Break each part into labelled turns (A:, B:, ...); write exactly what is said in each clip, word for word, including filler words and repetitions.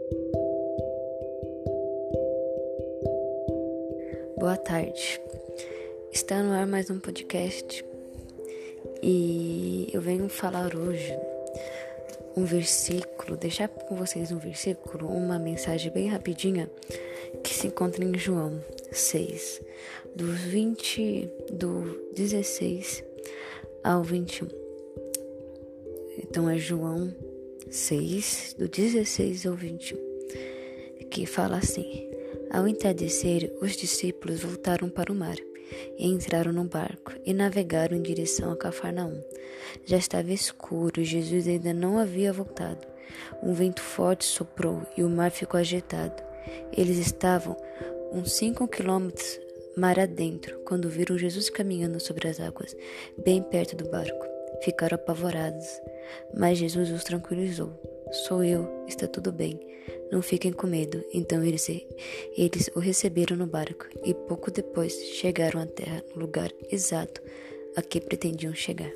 A: Boa tarde. Está no ar mais um podcast e eu venho falar hoje um versículo, deixar com vocês um versículo, uma mensagem bem rapidinha que se encontra em João seis, do vinte, do dezesseis ao vinte e um. Então é João seis, do dezesseis ao vinte e um, que fala assim: Ao entardecer, os discípulos voltaram para o mar e entraram no barco e navegaram em direção a Cafarnaum. Já estava escuro e Jesus ainda não havia voltado. Um vento forte soprou e o mar ficou agitado. Eles estavam uns cinco quilômetros mar adentro quando viram Jesus caminhando sobre as águas, bem perto do barco. Ficaram apavorados, mas Jesus os tranquilizou. Sou eu, está tudo bem, não fiquem com medo. Então eles, eles o receberam no barco e pouco depois chegaram à terra, no lugar exato a que pretendiam chegar.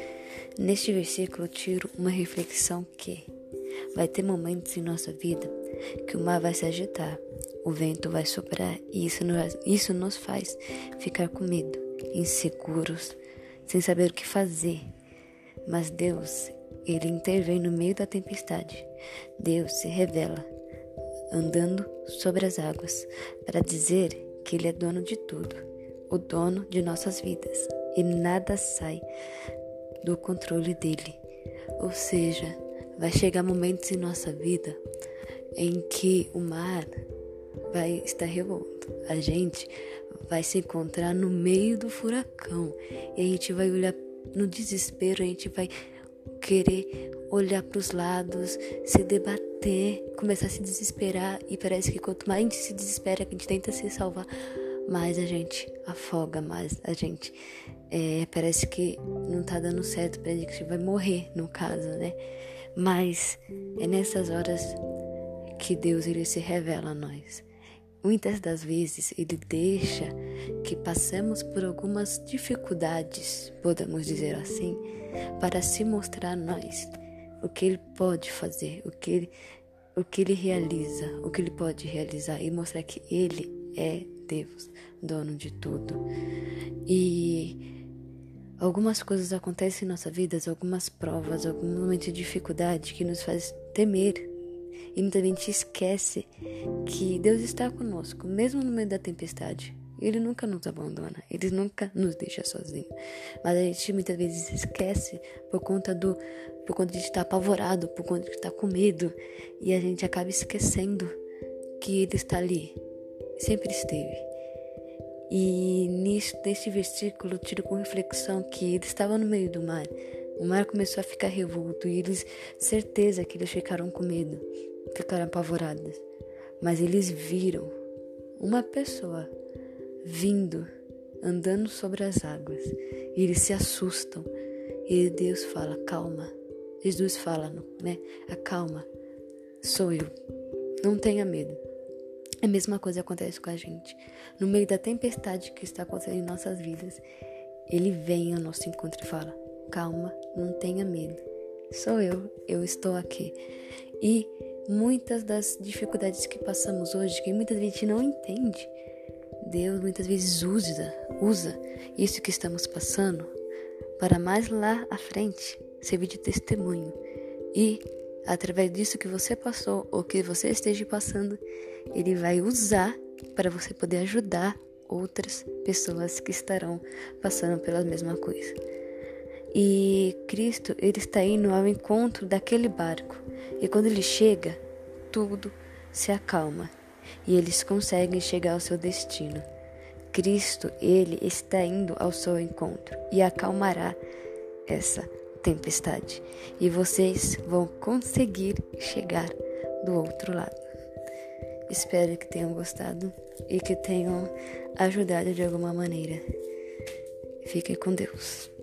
A: Neste versículo eu tiro uma reflexão que vai ter momentos em nossa vida que o mar vai se agitar, o vento vai soprar e isso nos, isso nos faz ficar com medo, inseguros, sem saber o que fazer. Mas Deus, Ele intervém no meio da tempestade. Deus se revela andando sobre as águas para dizer que Ele é dono de tudo, o dono de nossas vidas, e nada sai do controle dele. Ou seja, vai chegar momentos em nossa vida em que o mar vai estar revolto. A gente vai se encontrar no meio do furacão e a gente vai olhar no desespero, a gente vai querer olhar para os lados, se debater, começar a se desesperar, e parece que quanto mais a gente se desespera, que a gente tenta se salvar, mais a gente afoga, mais a gente é, parece que não tá dando certo, parece que a gente vai morrer, no caso, né? Mas é nessas horas que Deus, ele se revela a nós. Muitas das vezes ele deixa que passemos por algumas dificuldades, podemos dizer assim, para se mostrar a nós o que ele pode fazer, o que ele, o que ele realiza, o que ele pode realizar, e mostrar que ele é Deus, dono de tudo. E algumas coisas acontecem em nossa vida, algumas provas, algum momento de dificuldade que nos faz temer. E muita gente esquece que Deus está conosco, mesmo no meio da tempestade. Ele nunca nos abandona, Ele nunca nos deixa sozinhos. Mas a gente muitas vezes esquece por conta do, por conta de estar apavorado, por conta de estar com medo. E a gente acaba esquecendo que Ele está ali, sempre esteve. E nisso, nesse versículo eu tiro com reflexão que ele estava no meio do mar. O mar começou a ficar revolto e eles, certeza que eles ficaram com medo, ficaram apavorados. Mas eles viram uma pessoa vindo, andando sobre as águas. E eles se assustam. E Deus fala, calma. Jesus fala, né? Acalma, sou eu. Não tenha medo. A mesma coisa acontece com a gente. No meio da tempestade que está acontecendo em nossas vidas, Ele vem ao nosso encontro e fala, calma, não tenha medo. Sou eu, eu estou aqui. E muitas das dificuldades que passamos hoje, que muitas vezes a gente não entende, Deus muitas vezes usa, usa isso que estamos passando para mais lá à frente servir de testemunho. E através disso que você passou ou que você esteja passando, Ele vai usar para você poder ajudar outras pessoas que estarão passando pela mesma coisa. E Cristo, Ele está indo ao encontro daquele barco. E quando Ele chega, tudo se acalma. E eles conseguem chegar ao seu destino. Cristo, Ele está indo ao seu encontro e acalmará essa tempestade. E vocês vão conseguir chegar do outro lado. Espero que tenham gostado e que tenham ajudado de alguma maneira. Fiquem com Deus.